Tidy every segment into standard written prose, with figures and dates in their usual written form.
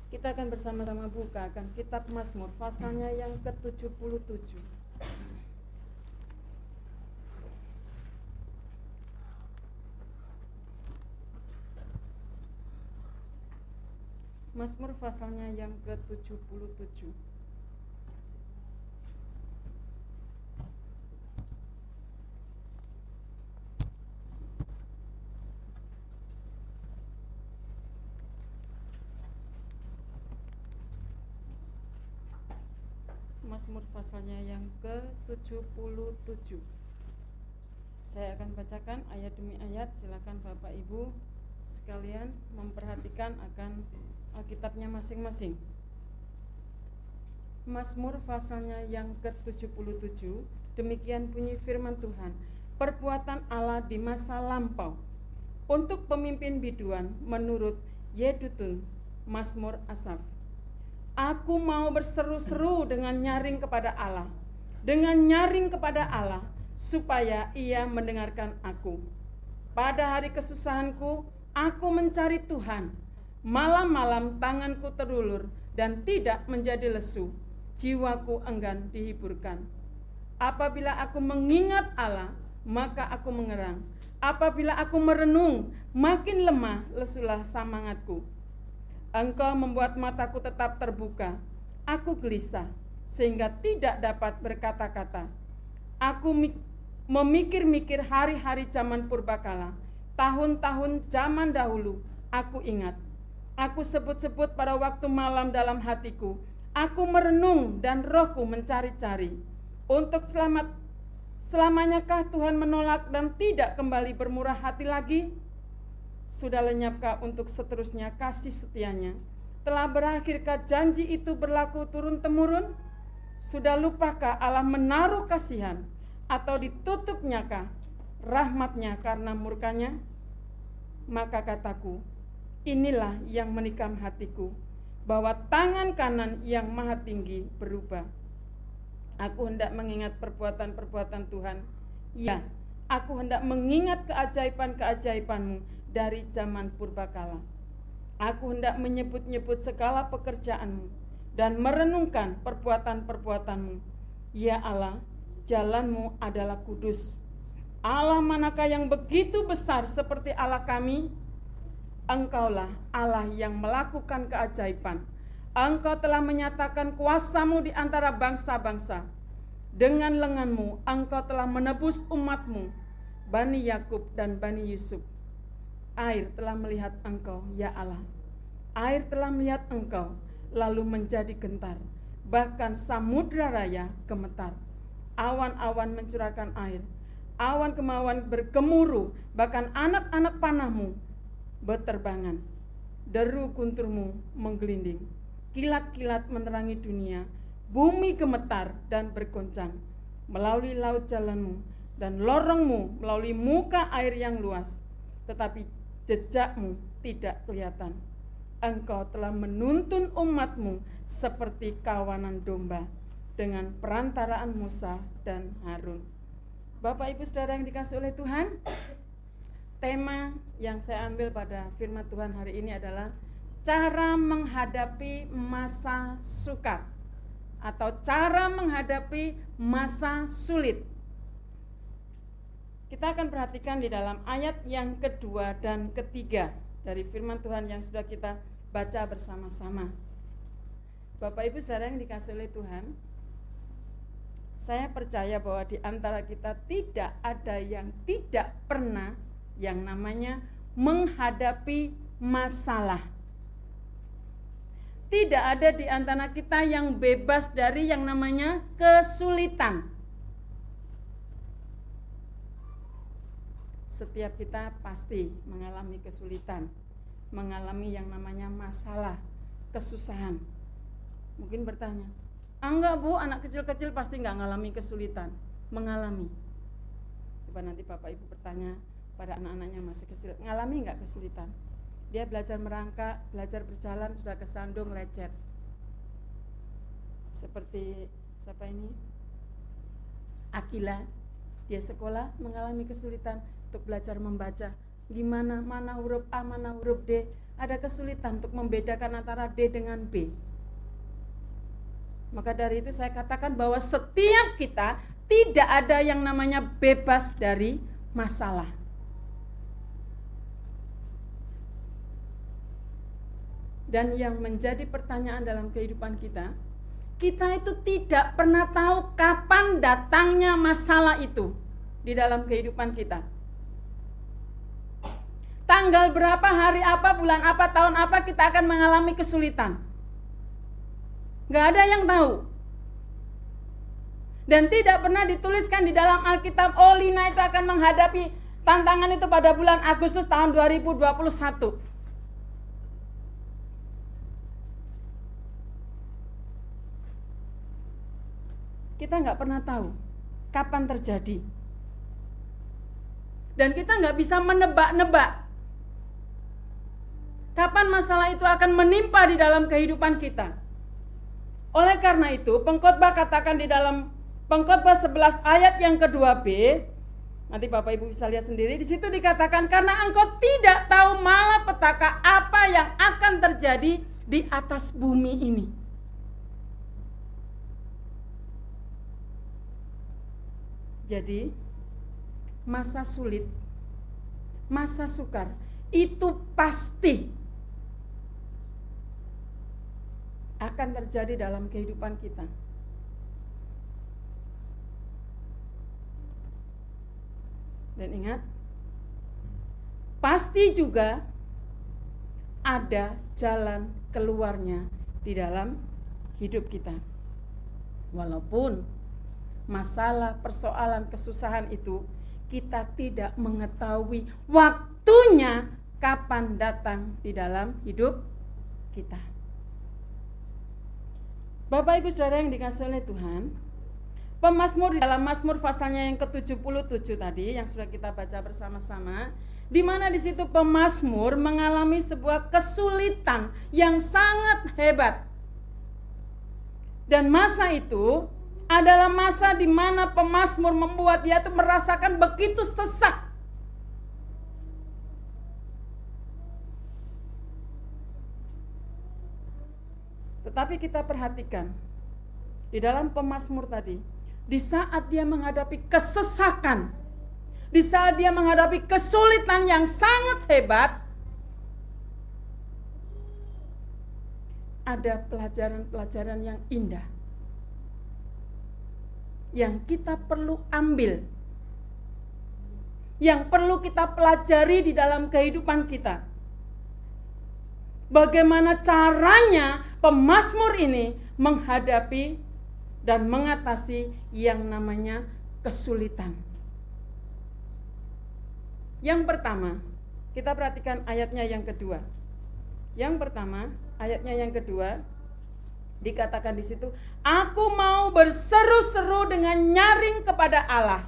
Kita akan bersama-sama bukakan kitab Mazmur pasalnya yang ke-77. Mazmur pasalnya yang ke-77. Mazmur pasalnya yang ke-77. Saya akan bacakan ayat demi ayat. Silakan Bapak Ibu sekalian memperhatikan akan Alkitabnya masing-masing. Mazmur pasalnya yang ke-77, demikian bunyi firman Tuhan. Perbuatan Allah di masa lampau. Untuk pemimpin biduan menurut Yedutun, Mazmur Asaf. Aku mau berseru-seru dengan nyaring kepada Allah, dengan nyaring kepada Allah, supaya Ia mendengarkan aku. Pada hari kesusahanku, aku mencari Tuhan. Malam-malam tanganku terulur dan tidak menjadi lesu. Jiwaku enggan dihiburkan. Apabila aku mengingat Allah, maka aku mengerang. Apabila aku merenung, makin lemah lesulah semangatku. Engkau membuat mataku tetap terbuka. Aku gelisah sehingga tidak dapat berkata-kata. Aku memikir-mikir hari-hari zaman purbakala, tahun-tahun zaman dahulu. Aku ingat. Aku sebut-sebut pada waktu malam dalam hatiku. Aku merenung dan rohku mencari-cari. Untuk selamanyakah Tuhan menolak dan tidak kembali bermurah hati lagi? Sudah lenyapkah untuk seterusnya kasih setianya? Telah berakhirkah janji itu berlaku turun-temurun? Sudah lupakah Allah menaruh kasihan? Atau ditutupnyakah rahmatnya karena murkanya? Maka kataku, inilah yang menikam hatiku, bahwa tangan kanan yang maha tinggi berubah. Aku hendak mengingat perbuatan-perbuatan Tuhan. Ya, aku hendak mengingat keajaiban-keajaiban-Mu dari zaman purbakala. Aku hendak menyebut-nyebut segala pekerjaan-Mu dan merenungkan perbuatan-perbuatan-Mu. Ya Allah, jalan-Mu adalah kudus. Allah manakah yang begitu besar seperti Allah kami? Engkaulah Allah yang melakukan keajaiban. Engkau telah menyatakan kuasa-Mu di antara bangsa-bangsa. Dengan lengan-Mu Engkau telah menebus umat-Mu, Bani Yakub dan Bani Yusuf. Air telah melihat Engkau, ya Allah. Air telah melihat Engkau, lalu menjadi gentar. Bahkan samudra raya gemetar. Awan-awan mencurahkan air. Awan kemauan bergemuruh, bahkan anak-anak panah-Mu berterbangan. Deru guntur-Mu menggelinding. Kilat-kilat menerangi dunia. Bumi gemetar dan bergoncang. Melalui laut jalan-Mu dan lorong-Mu melalui muka air yang luas. Tetapi jejak-Mu tidak kelihatan. Engkau telah menuntun umat-Mu seperti kawanan domba dengan perantaraan Musa dan Harun. Bapak Ibu Saudara yang dikasihi oleh Tuhan, tema yang saya ambil pada firman Tuhan hari ini adalah cara menghadapi masa sukar atau cara menghadapi masa sulit. Kita akan perhatikan di dalam ayat yang kedua dan ketiga dari firman Tuhan yang sudah kita baca bersama-sama. Bapak Ibu Saudara yang dikasihi oleh Tuhan, saya percaya bahwa di antara kita tidak ada yang tidak pernah yang namanya menghadapi masalah. Tidak ada di antara kita yang bebas dari yang namanya kesulitan. Setiap kita pasti mengalami kesulitan, mengalami yang namanya masalah, kesusahan. Mungkin bertanya, enggak Bu, anak kecil-kecil pasti enggak mengalami kesulitan. Mengalami. Coba nanti Bapak Ibu bertanya pada anak-anaknya masih kecil, mengalami enggak kesulitan? Dia belajar merangkak, belajar berjalan, sudah kesandung, lecet. Seperti siapa ini? Akila, dia sekolah mengalami kesulitan untuk belajar membaca. Gimana, mana huruf A, mana huruf D. ada kesulitan untuk membedakan antara D dengan B. Maka dari itu saya katakan bahwa setiap kita tidak ada yang namanya bebas dari masalah. Dan yang menjadi pertanyaan dalam kehidupan kita itu tidak pernah tahu kapan datangnya masalah itu di dalam kehidupan kita. Tanggal berapa, hari apa, bulan apa, tahun apa kita akan mengalami kesulitan. Gak ada yang tahu. Dan tidak pernah dituliskan di dalam Alkitab, oh Lina itu akan menghadapi tantangan itu pada bulan Agustus tahun 2021. Kita gak pernah tahu kapan terjadi. Dan kita gak bisa menebak-nebak kapan masalah itu akan menimpa di dalam kehidupan kita. Oleh karena itu, pengkhotbah katakan di dalam Pengkhotbah 11 ayat yang kedua B, nanti Bapak Ibu bisa lihat sendiri, di situ dikatakan karena engkau tidak tahu malapetaka apa yang akan terjadi di atas bumi ini. Jadi, masa sulit, masa sukar itu pasti akan terjadi dalam kehidupan kita. Dan ingat, pasti juga ada jalan keluarnya di dalam hidup kita. Walaupun masalah, persoalan, kesusahan itu kita tidak mengetahui waktunya kapan datang di dalam hidup kita. Bapak Ibu Saudara yang dikasihi oleh Tuhan, pemazmur di dalam Mazmur pasalnya yang ke-77 tadi yang sudah kita baca bersama-sama, di mana di situ pemazmur mengalami sebuah kesulitan yang sangat hebat. Dan masa itu adalah masa di mana pemazmur membuat dia itu merasakan begitu sesak. Tetapi kita perhatikan di dalam pemazmur tadi, di saat dia menghadapi kesesakan, di saat dia menghadapi kesulitan yang sangat hebat, ada pelajaran-pelajaran yang indah yang kita perlu ambil, yang perlu kita pelajari di dalam kehidupan kita. Bagaimana caranya pemazmur ini menghadapi dan mengatasi yang namanya kesulitan. Yang pertama, kita perhatikan ayatnya yang kedua. Yang pertama, ayatnya yang kedua dikatakan di situ, aku mau berseru-seru dengan nyaring kepada Allah.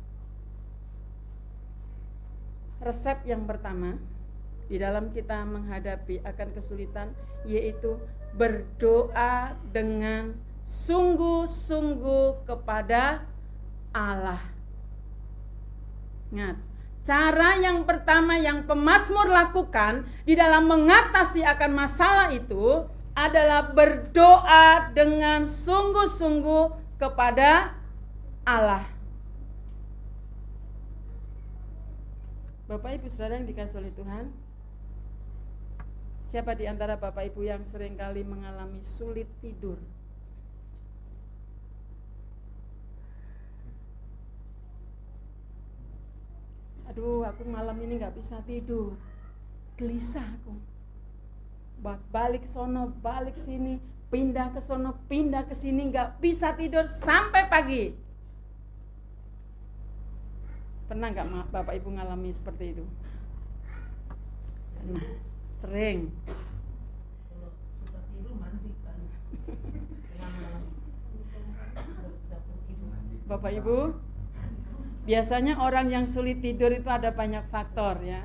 Resep yang pertama di dalam kita menghadapi akan kesulitan yaitu berdoa dengan sungguh-sungguh kepada Allah. Ingat, cara yang pertama yang pemazmur lakukan di dalam mengatasi akan masalah itu adalah berdoa dengan sungguh-sungguh kepada Allah. Bapak Ibu Saudara yang dikasihi oleh Tuhan, siapa di antara Bapak Ibu yang seringkali mengalami sulit tidur? Aduh, aku malam ini gak bisa tidur, gelisah aku. Balik sono, balik sini, pindah ke sono, pindah ke sini, gak bisa tidur sampai pagi. Pernah gak Bapak Ibu ngalami seperti itu? Pernah, sering. Bapak Ibu, biasanya orang yang sulit tidur itu ada banyak faktor ya.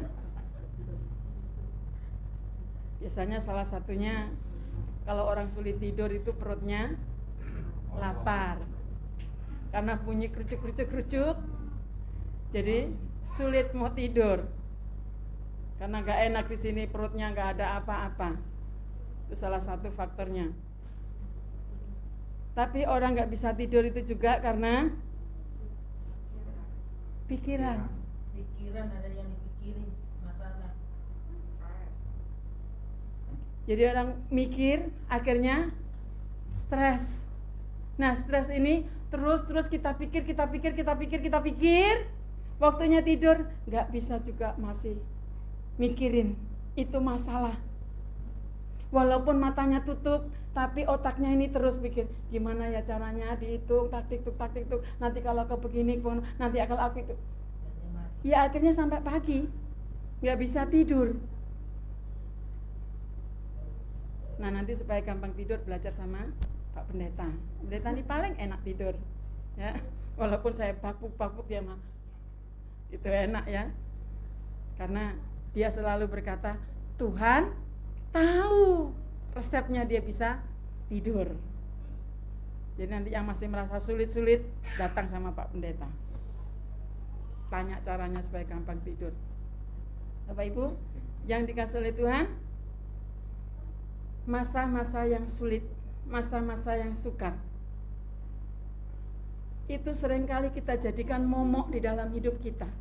Biasanya salah satunya kalau orang sulit tidur itu perutnya lapar. Karena bunyi kerucuk-kerucuk-kerucuk, jadi sulit mau tidur. Karena gak enak di sini, perutnya gak ada apa-apa. Itu salah satu faktornya. Tapi orang gak bisa tidur itu juga karena pikiran. Pikiran ada yang dipikirin, masalah. Jadi orang mikir, akhirnya stres. Nah, stres ini terus kita pikir. Waktunya tidur gak bisa juga, masih mikirin itu masalah. Walaupun matanya tutup, tapi otaknya ini terus pikir, gimana ya caranya dihitung, taktik, nanti kalau ke begini, nanti kalau aku itu. Ya akhirnya sampai pagi gak bisa tidur. Nah, nanti supaya gampang tidur, belajar sama Pak Pendeta. Pendeta ini paling enak tidur, ya. Walaupun saya bakbuk ya mah, itu enak ya. Karena dia selalu berkata, Tuhan tahu resepnya, dia bisa tidur. Jadi nanti yang masih merasa sulit-sulit, datang sama Pak Pendeta, tanya caranya supaya gampang tidur. Bapak Ibu yang dikasihi oleh Tuhan, masa-masa yang sulit, masa-masa yang sukar, itu seringkali kita jadikan momok di dalam hidup kita.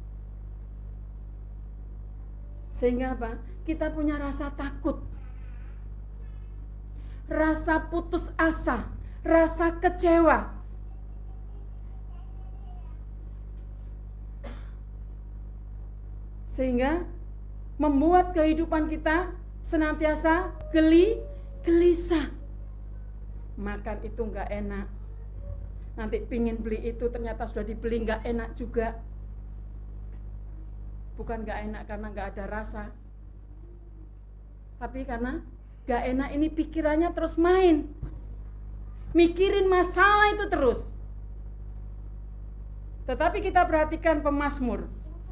Sehingga apa? Kita punya rasa takut, rasa putus asa, rasa kecewa. Sehingga membuat kehidupan kita senantiasa gelisah. Makan itu gak enak, nanti pingin beli itu, ternyata sudah dibeli gak enak juga. Bukan gak enak karena gak ada rasa, tapi karena gak enak ini pikirannya terus main, mikirin masalah itu terus. Tetapi kita perhatikan pemazmur,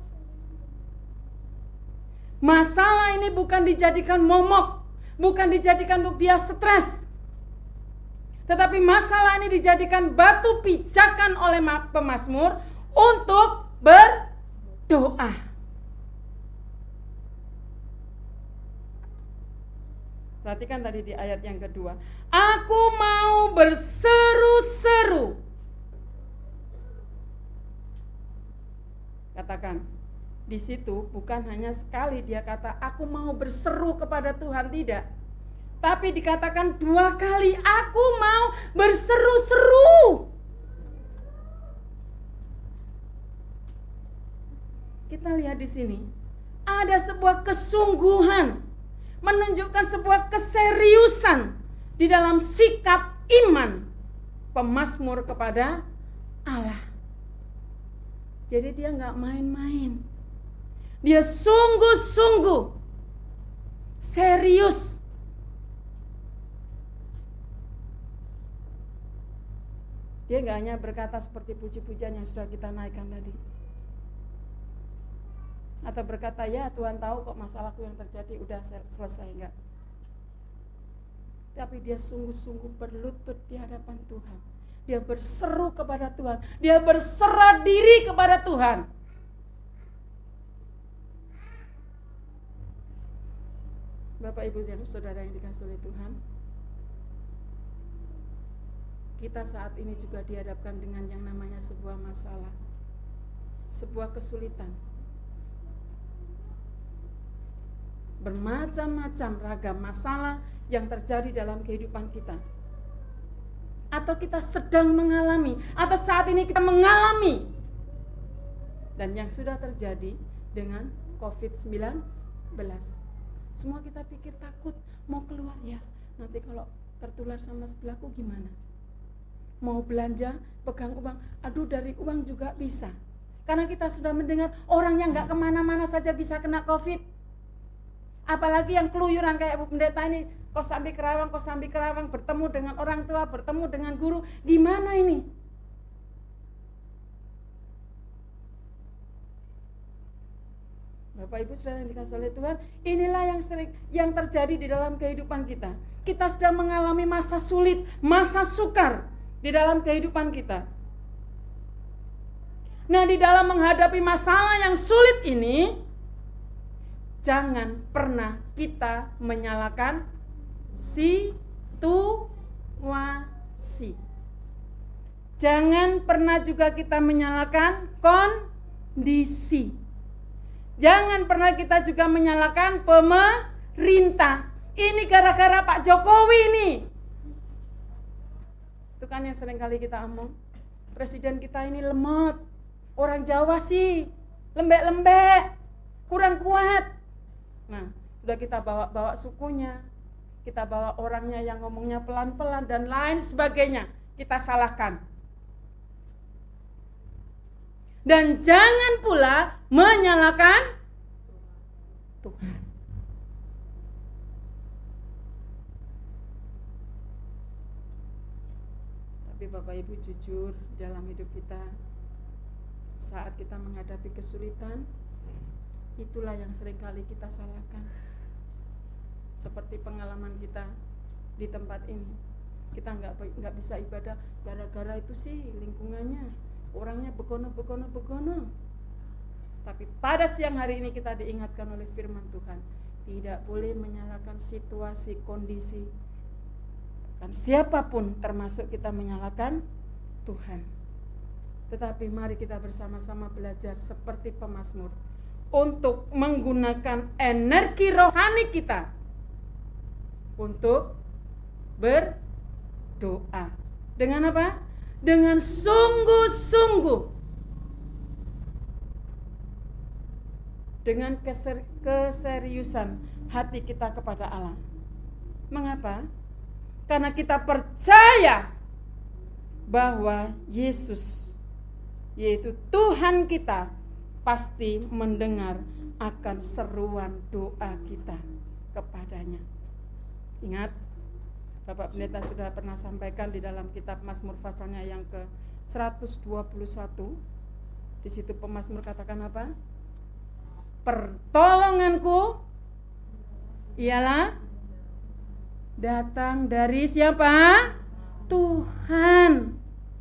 masalah ini bukan dijadikan momok, bukan dijadikan untuk dia stres, tetapi masalah ini dijadikan batu pijakan oleh pemazmur untuk berdoa. Perhatikan tadi di ayat yang kedua, aku mau berseru-seru. Katakan, di situ bukan hanya sekali dia kata aku mau berseru kepada Tuhan, tidak. Tapi dikatakan 2 kali, aku mau berseru-seru. Kita lihat di sini, ada sebuah kesungguhan, menunjukkan sebuah keseriusan di dalam sikap iman pemazmur kepada Allah. Jadi dia gak main-main, dia sungguh-sungguh serius. Dia gak hanya berkata seperti puji-pujian yang sudah kita naikkan tadi, atau berkata, ya Tuhan tahu kok masalahku yang terjadi, udah selesai, enggak. Tapi dia sungguh-sungguh berlutut di hadapan Tuhan. Dia berseru kepada Tuhan, dia berserah diri kepada Tuhan. Bapak Ibu dan saudara yang dikasihi oleh Tuhan, kita saat ini juga dihadapkan dengan yang namanya sebuah masalah, sebuah kesulitan. Bermacam-macam ragam masalah yang terjadi dalam kehidupan kita, atau kita sedang mengalami, atau saat ini kita mengalami, dan yang sudah terjadi dengan COVID-19. Semua kita pikir takut, mau keluar ya, nanti kalau tertular sama sebelahku gimana? Mau belanja, pegang uang, aduh dari uang juga bisa. Karena kita sudah mendengar orang yang gak kemana-mana saja bisa kena COVID. Apalagi yang keluyuran kayak Bu Pendeta ini, Kosambi Kerawang, bertemu dengan orang tua, bertemu dengan guru, gimana ini? Bapak Ibu saudara yang dikasihi oleh Tuhan, inilah yang terjadi di dalam kehidupan kita. Kita sedang mengalami masa sulit, masa sukar di dalam kehidupan kita. Nah, di dalam menghadapi masalah yang sulit ini, jangan pernah kita menyalahkan situasi. Jangan pernah juga kita menyalahkan kondisi. Jangan pernah kita juga menyalahkan pemerintah. Ini gara-gara Pak Jokowi nih. Itu kan yang sering kali kita omong. Presiden kita ini lemot. Orang Jawa sih lembek-lembek, kurang kuat. Nah, sudah kita bawa sukunya, kita bawa orangnya yang ngomongnya pelan-pelan dan lain sebagainya, kita salahkan. Dan jangan pula menyalahkan Tuhan. Tapi Bapak Ibu jujur dalam hidup kita, saat kita menghadapi kesulitan, itulah yang seringkali kita salahkan. Seperti pengalaman kita di tempat ini, kita nggak bisa ibadah gara-gara itu sih lingkungannya, orangnya begono. Tapi pada siang hari ini kita diingatkan oleh firman Tuhan, tidak boleh menyalahkan situasi, kondisi, kan siapapun, termasuk kita menyalahkan Tuhan. Tetapi mari kita bersama-sama belajar seperti pemazmur untuk menggunakan energi rohani kita untuk berdoa. Dengan apa? Dengan sungguh-sungguh, dengan keseriusan hati kita kepada Allah. Mengapa? Karena kita percaya bahwa Yesus, yaitu Tuhan kita, pasti mendengar akan seruan doa kita kepadanya. Ingat, Bapak Pendeta sudah pernah sampaikan di dalam kitab Mazmur pasalnya yang ke-121. Di situ pemazmur katakan apa? Pertolonganku ialah datang dari siapa? Tuhan.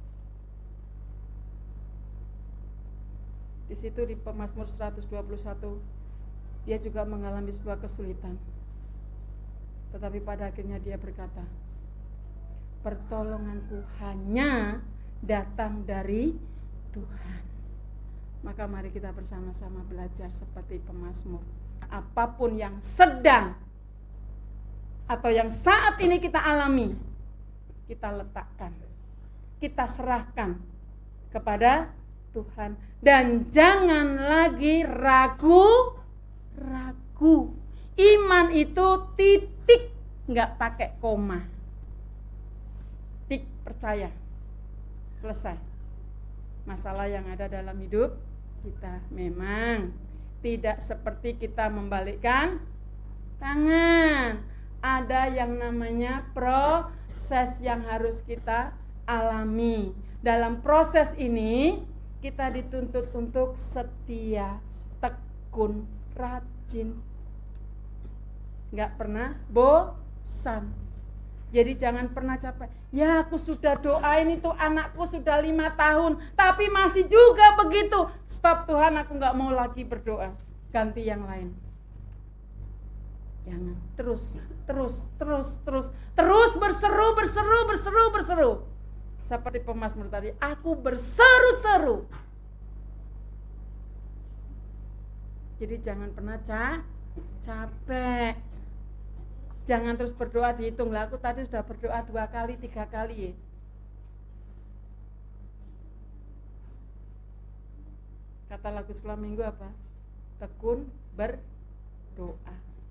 Di situ di Mazmur 121 dia juga mengalami sebuah kesulitan. Tetapi pada akhirnya dia berkata, pertolonganku hanya datang dari Tuhan. Maka mari kita bersama-sama belajar seperti pemazmur. Apapun yang sedang atau yang saat ini kita alami, kita letakkan, kita serahkan kepada Tuhan. Dan jangan lagi ragu. Iman itu titik, nggak pakai koma. Tik, percaya. Selesai. Masalah yang ada dalam hidup kita memang tidak seperti kita membalikkan tangan. Ada yang namanya proses yang harus kita alami. Dalam proses ini kita dituntut untuk setia, tekun, rajin, gak pernah bosan. Jadi jangan pernah capek. Ya aku sudah doain itu anakku sudah 5 tahun, tapi masih juga begitu. Stop Tuhan, aku gak mau lagi berdoa. Ganti yang lain. Jangan, terus berseru. Seperti pemazmur tadi, aku berseru-seru. Jadi jangan pernah capek. Jangan terus berdoa dihitung lah. Aku tadi sudah berdoa 2 kali, 3 kali ya. Kata lagu sekolah minggu apa? Tekun berdoa.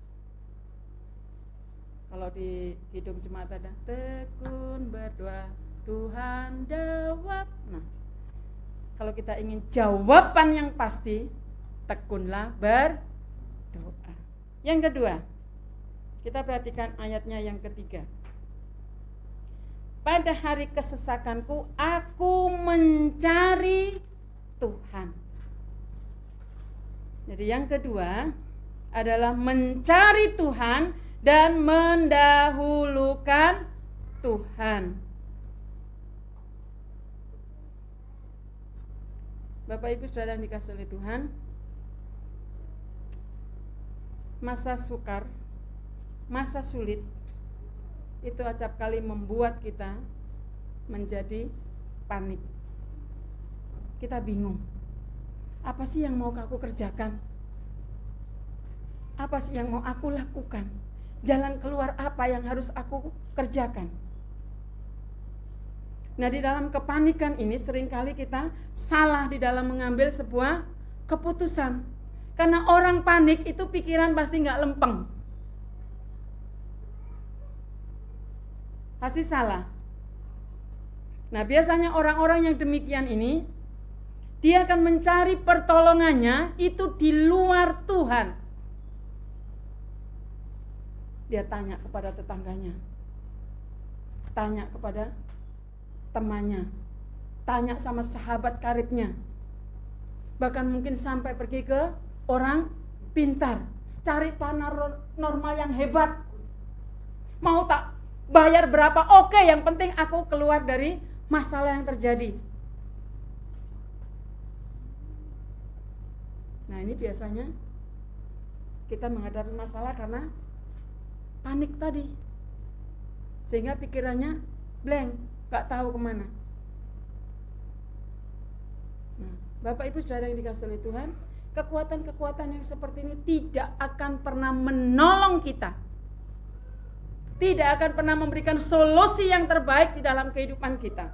Kalau di Kidung Jemaat ada tekun berdoa, Tuhan jawab. Nah, kalau kita ingin jawaban yang pasti, tekunlah berdoa. Yang kedua, kita perhatikan ayatnya yang ketiga. Pada hari kesesakanku, aku mencari Tuhan. Jadi yang kedua adalah mencari Tuhan dan mendahulukan Tuhan. Bapak Ibu Saudara yang dikasihi oleh Tuhan, masa sukar, masa sulit, itu acap kali membuat kita menjadi panik. Kita bingung. Apa sih yang mau aku kerjakan? Apa sih yang mau aku lakukan? Jalan keluar apa yang harus aku kerjakan? Nah, di dalam kepanikan ini seringkali kita salah di dalam mengambil sebuah keputusan. Karena orang panik itu pikiran pasti gak lempeng. Pasti salah. Nah, biasanya orang-orang yang demikian ini, dia akan mencari pertolongannya itu di luar Tuhan. Dia tanya kepada tetangganya, tanya kepada temannya, tanya sama sahabat karibnya, bahkan mungkin sampai pergi ke orang pintar, cari paranormal yang hebat. Mau tak bayar berapa? Oke, yang penting aku keluar dari masalah yang terjadi. Nah, ini biasanya kita menghadapi masalah karena panik tadi, sehingga pikirannya blank, gak tahu kemana. Nah, Bapak Ibu Saudara yang dikasihi oleh Tuhan, kekuatan-kekuatan yang seperti ini tidak akan pernah menolong kita, tidak akan pernah memberikan solusi yang terbaik di dalam kehidupan kita.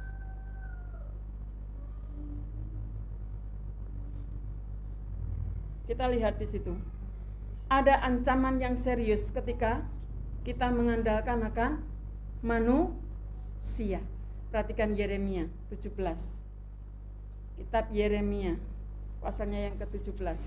Kita lihat di situ. Ada ancaman yang serius ketika kita mengandalkan akan manusia. Perhatikan Yeremia 17. Kitab Yeremia, pasalnya yang ke-17.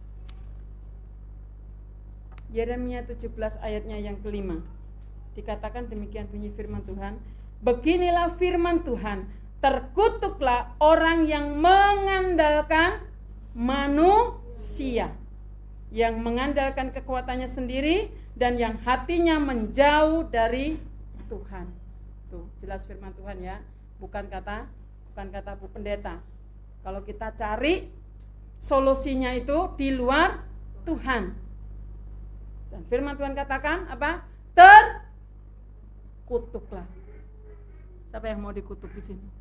Yeremia 17 ayatnya yang kelima. Dikatakan demikian bunyi firman Tuhan. Beginilah firman Tuhan, terkutuklah orang yang mengandalkan manusia, yang mengandalkan kekuatannya sendiri dan yang hatinya menjauh dari Tuhan. Tuh, jelas firman Tuhan ya, bukan kata Bu Pendeta. Kalau kita cari solusinya itu di luar Tuhan. Dan firman Tuhan katakan apa? Terkutuklah. Siapa yang mau dikutuk di sini?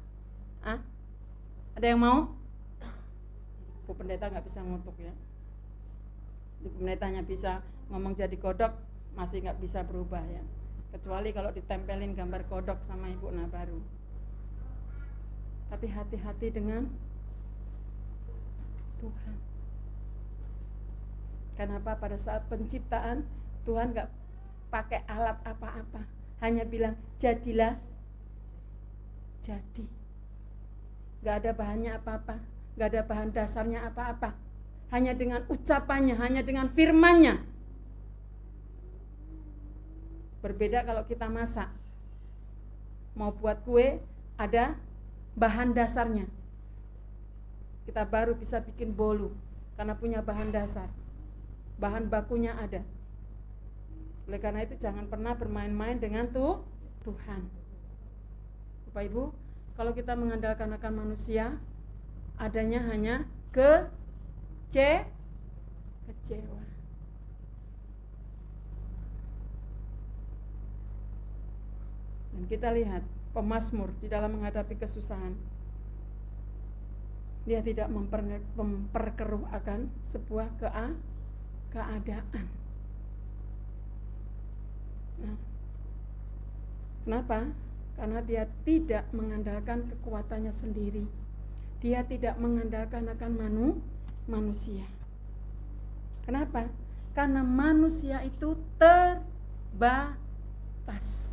Ada yang mau? Bu Pendeta nggak bisa ngutuk ya. Bu Pendetanya bisa ngomong jadi kodok, masih nggak bisa berubah ya. Kecuali kalau ditempelin gambar kodok sama Ibu baru. Tapi hati-hati dengan Tuhan. Kenapa pada saat penciptaan Tuhan nggak pakai alat apa-apa, hanya bilang jadilah, jadi. Nggak ada bahannya apa-apa, nggak ada bahan dasarnya apa-apa, hanya dengan ucapannya, hanya dengan firman-Nya. Berbeda kalau kita masak, mau buat kue ada bahan dasarnya. Kita baru bisa bikin bolu karena punya bahan dasar, bahan bakunya ada. Oleh karena itu jangan pernah bermain-main dengan Tuhan. Bapak Ibu, kalau kita mengandalkan akan manusia, adanya hanya kecewa. Dan kita lihat pemazmur di dalam menghadapi kesusahan, dia tidak memperkeruh akan sebuah keadaan. Nah, kenapa? Karena dia tidak mengandalkan kekuatannya sendiri. Dia tidak mengandalkan akan manusia. Kenapa? Karena manusia itu terbatas.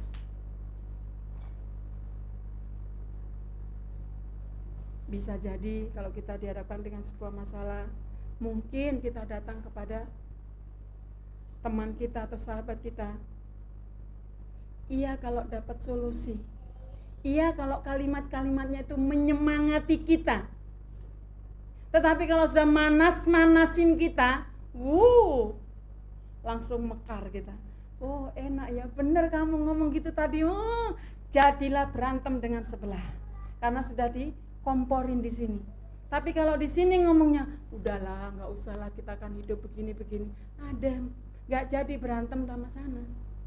Bisa jadi kalau kita dihadapkan dengan sebuah masalah, mungkin kita datang kepada teman kita atau sahabat kita. Iya kalau dapat solusi. Iya kalau kalimat-kalimatnya itu menyemangati kita. Tetapi kalau sudah manasin kita, langsung mekar kita. Oh enak ya, benar kamu ngomong gitu tadi. Jadilah berantem dengan sebelah. Karena sudah dikomporin di sini. Tapi kalau di sini ngomongnya, udahlah, nggak usah lah, kita akan hidup begini-begini. Ada, nggak jadi berantem sama sana.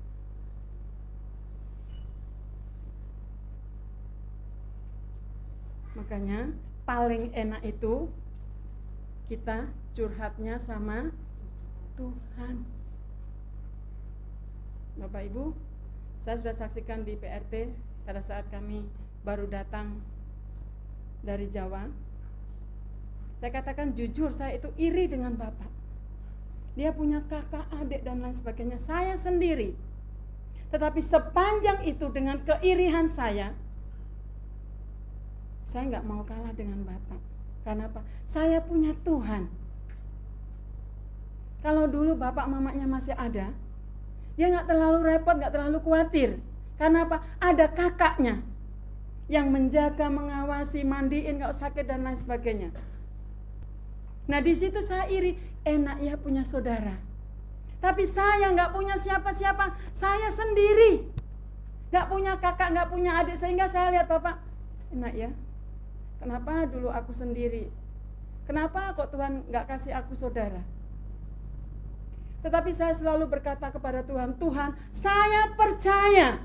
Makanya paling enak itu kita curhatnya sama Tuhan. Bapak Ibu, saya sudah saksikan di PRT pada saat kami baru datang dari Jawa. Saya katakan jujur, saya itu iri dengan Bapak. Dia punya kakak, adik, dan lain sebagainya. Saya sendiri. Tetapi sepanjang itu dengan keirihan saya nggak mau kalah dengan Bapak. Karena apa? Saya punya Tuhan. Kalau dulu bapak mamanya masih ada, dia nggak terlalu repot, nggak terlalu khawatir. Karena apa? Ada kakaknya yang menjaga, mengawasi, mandiin, nggak sakit dan lain sebagainya. Nah di situ saya iri, enak ya punya saudara. Tapi saya nggak punya siapa-siapa, saya sendiri. Nggak punya kakak, nggak punya adik, sehingga saya lihat Bapak, enak ya. Kenapa dulu aku sendiri? Kenapa kok Tuhan nggak kasih aku saudara? Tetapi saya selalu berkata kepada Tuhan, Tuhan, saya percaya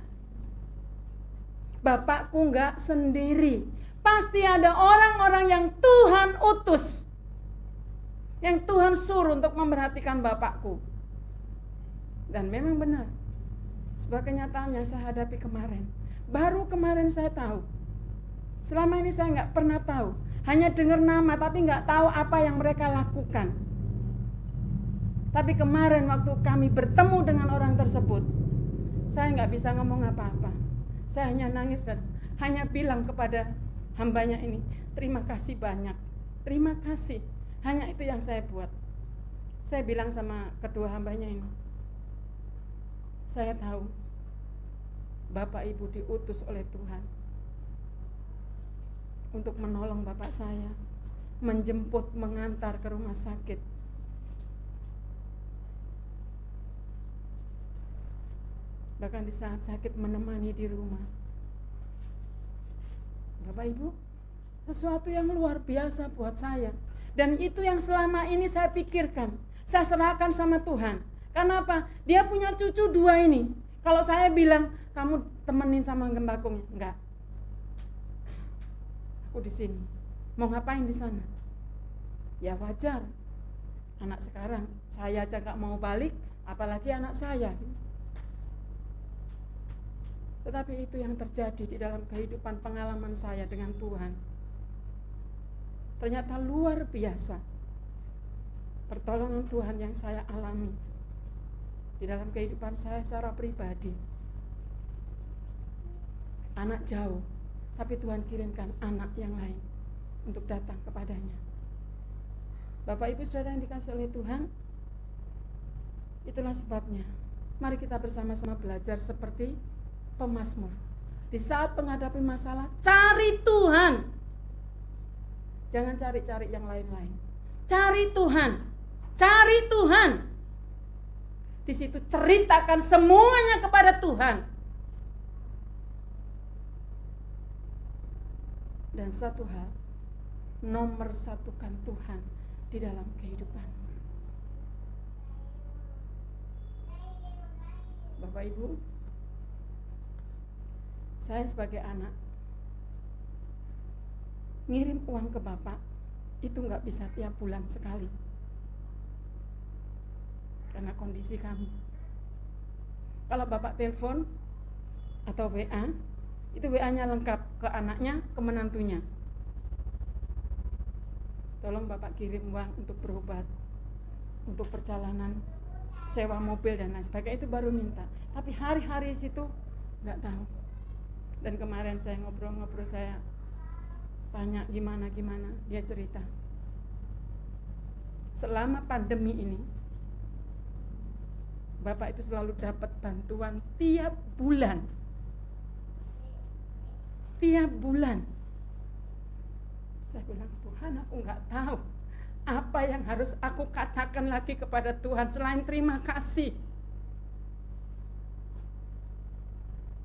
Bapakku nggak sendiri. Pasti ada orang-orang yang Tuhan utus, yang Tuhan suruh untuk memperhatikan Bapakku. Dan memang benar, sebuah kenyataan yang saya hadapi kemarin. Baru kemarin saya tahu. Selama ini saya nggak pernah tahu. Hanya dengar nama tapi nggak tahu apa yang mereka lakukan. Tapi kemarin waktu kami bertemu dengan orang tersebut, saya nggak bisa ngomong apa-apa. Saya hanya nangis dan hanya bilang kepada hambanya ini, terima kasih banyak. Terima kasih. Hanya itu yang saya buat. Saya bilang sama kedua hambanya ini, saya tahu Bapak Ibu diutus oleh Tuhan untuk menolong Bapak saya, menjemput, mengantar ke rumah sakit. Bahkan di saat sakit menemani di rumah. Bapak Ibu, sesuatu yang luar biasa buat saya. Dan itu yang selama ini saya pikirkan, saya serahkan sama Tuhan. Karena apa? Dia punya cucu 2 ini. Kalau saya bilang, kamu temenin sama gembakungnya, enggak. Aku di sini. Mau ngapain di sana? Ya wajar. Anak sekarang, saya aja enggak mau balik, apalagi anak saya. Tetapi itu yang terjadi di dalam kehidupan pengalaman saya dengan Tuhan. Ternyata luar biasa pertolongan Tuhan yang saya alami di dalam kehidupan saya secara pribadi. Anak jauh, tapi Tuhan kirimkan anak yang lain untuk datang kepadanya. Bapak Ibu Saudara yang dikasihi oleh Tuhan, itulah sebabnya mari kita bersama-sama belajar seperti pemazmur. Di saat menghadapi masalah, cari Tuhan. Jangan cari-cari yang lain-lain. Cari Tuhan. Cari Tuhan. Di situ ceritakan semuanya kepada Tuhan. Dan satu hal, nomor satukan Tuhan di dalam kehidupan. Bapak Ibu, saya sebagai anak ngirim uang ke Bapak itu nggak bisa tiap bulan sekali karena kondisi kami. Kalau Bapak telepon atau WA, itu WA-nya lengkap ke anaknya, ke menantunya. Tolong Bapak kirim uang untuk berobat, untuk perjalanan, sewa mobil dan lain sebagainya, itu baru minta. Tapi hari-hari situ nggak tahu. Dan kemarin saya ngobrol-ngobrol, saya tanya gimana, dia cerita. Selama pandemi ini, Bapak itu selalu dapat bantuan tiap bulan. Tiap bulan. Saya bilang, Tuhan, aku nggak tahu apa yang harus aku katakan lagi kepada Tuhan selain terima kasih.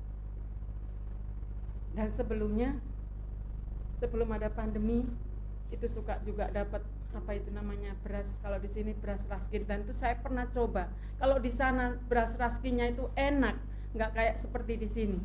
Dan sebelumnya, sebelum ada pandemi, itu suka juga dapat apa itu namanya beras, kalau di sini beras raskin, dan itu saya pernah coba. Kalau di sana beras raskinnya itu enak, nggak kayak seperti di sini.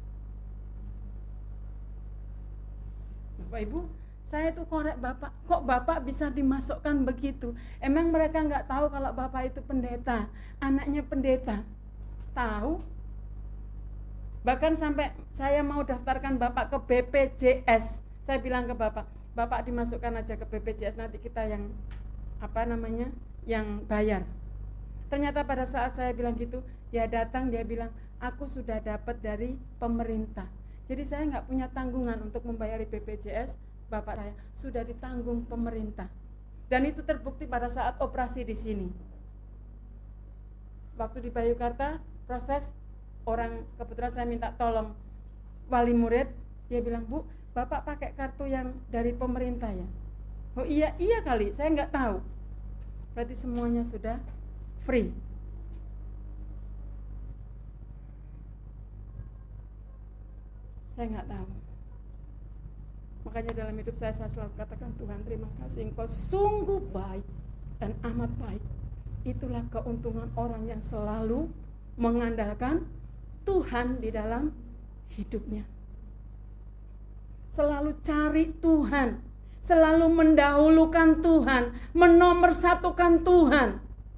Bapak Ibu, saya tuh korek Bapak, kok Bapak bisa dimasukkan begitu? Emang mereka nggak tahu kalau Bapak itu pendeta, anaknya pendeta? Tahu? Bahkan sampai saya mau daftarkan Bapak ke BPJS, saya bilang ke Bapak, Bapak dimasukkan aja ke BPJS, nanti kita yang yang bayar. Ternyata pada saat saya bilang gitu, dia datang, dia bilang, aku sudah dapat dari pemerintah. Jadi saya nggak punya tanggungan untuk membayari BPJS, Bapak saya sudah ditanggung pemerintah. Dan itu terbukti pada saat operasi di sini. Waktu di Bayukarta, proses orang, kebetulan saya minta tolong wali murid, dia bilang, Bu, Bapak pakai kartu yang dari pemerintah ya? Oh iya kali, saya nggak tahu. Berarti semuanya sudah free. Saya nggak tahu. Makanya dalam hidup saya selalu katakan, Tuhan terima kasih, Engkau sungguh baik dan amat baik. Itulah keuntungan orang yang selalu mengandalkan Tuhan di dalam hidupnya. Selalu cari Tuhan, selalu mendahulukan Tuhan, menomorsatukan Tuhan.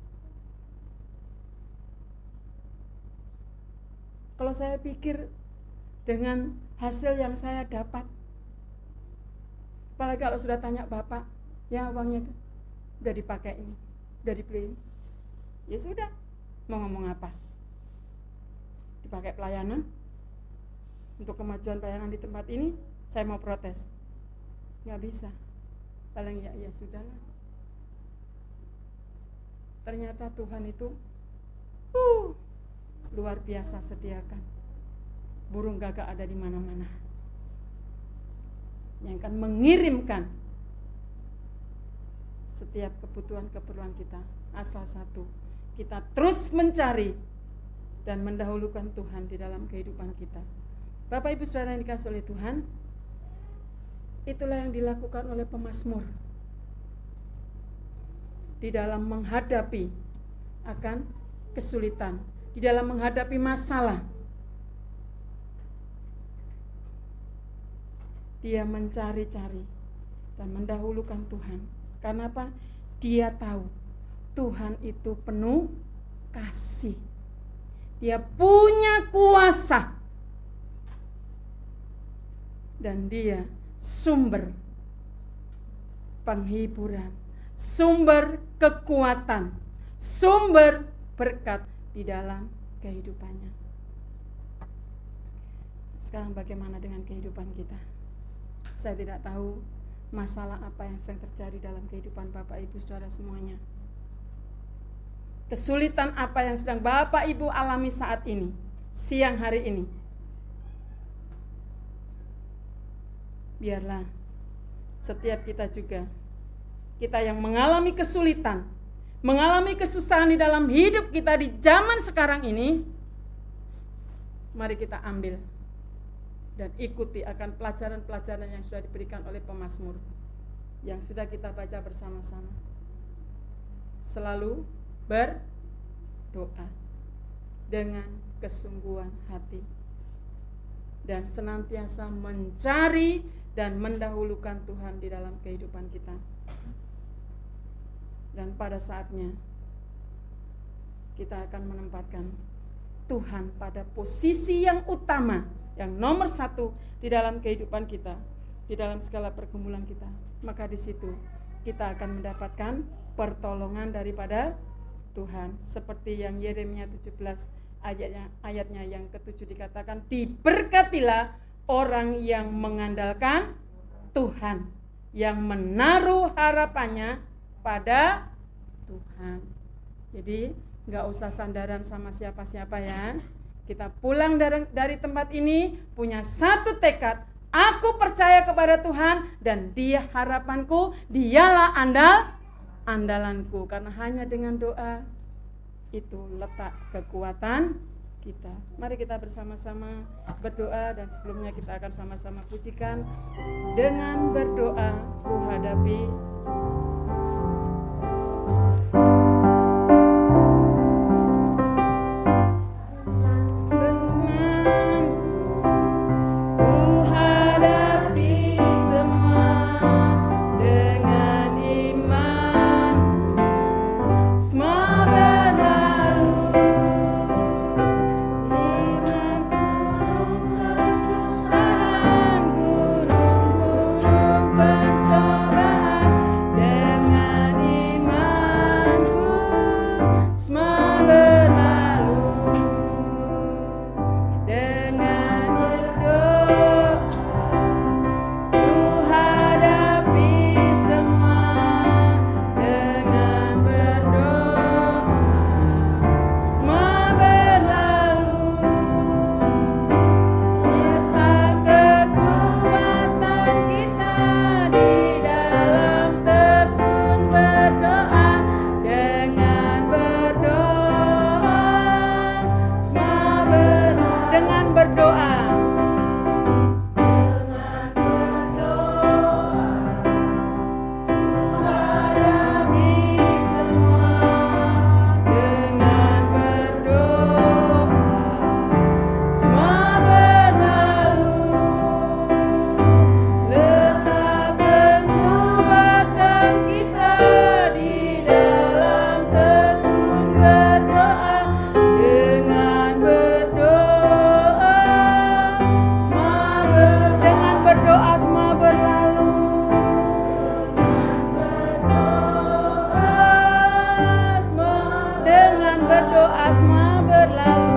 Kalau saya pikir dengan hasil yang saya dapat, apalagi kalau sudah tanya Bapak, ya uangnya itu udah dipakai ini, udah dibeli, ya sudah, mau ngomong apa? Dipakai pelayanan, untuk kemajuan pelayanan di tempat ini, saya mau protes, nggak bisa, paling ya sudahlah. Ternyata Tuhan itu luar biasa sediakan. Burung gagak ada di mana-mana yang akan mengirimkan setiap kebutuhan-keperluan kita. Asal satu, kita terus mencari dan mendahulukan Tuhan di dalam kehidupan kita. Bapak Ibu Saudara yang dikasihi oleh Tuhan, itulah yang dilakukan oleh pemazmur di dalam menghadapi akan kesulitan, di dalam menghadapi masalah. Dia mencari-cari dan mendahulukan Tuhan. Karena apa? Dia tahu Tuhan itu penuh kasih. Dia punya kuasa. Dan dia sumber penghiburan, sumber kekuatan, sumber berkat di dalam kehidupannya. Sekarang bagaimana dengan kehidupan kita? Saya tidak tahu masalah apa yang sedang terjadi dalam kehidupan Bapak Ibu Saudara semuanya. Kesulitan apa yang sedang Bapak Ibu alami saat ini, siang hari ini. Biarlah setiap kita juga, kita yang mengalami kesulitan, mengalami kesusahan di dalam hidup kita di zaman sekarang ini, mari kita ambil dan ikuti akan pelajaran-pelajaran yang sudah diberikan oleh pemazmur, yang sudah kita baca bersama-sama. Selalu berdoa dengan kesungguhan hati dan senantiasa mencari dan mendahulukan Tuhan di dalam kehidupan kita. Dan pada saatnya kita akan menempatkan Tuhan pada posisi yang utama, yang nomor satu di dalam kehidupan kita, di dalam segala pergumulan kita. Maka di situ kita akan mendapatkan pertolongan daripada Tuhan. Seperti yang Yeremia 17 ayatnya yang ke-7 dikatakan, diberkatilah orang yang mengandalkan Tuhan, yang menaruh harapannya pada Tuhan. Jadi gak usah sandaran sama siapa-siapa ya. Kita pulang dari tempat ini punya satu tekad, aku percaya kepada Tuhan dan Dia harapanku, Dialah andalanku. Karena hanya dengan doa itu letak kekuatan kita. Mari kita bersama-sama berdoa dan sebelumnya kita akan sama-sama pujikan dengan berdoa ku hadapi berdoa semua berlalu.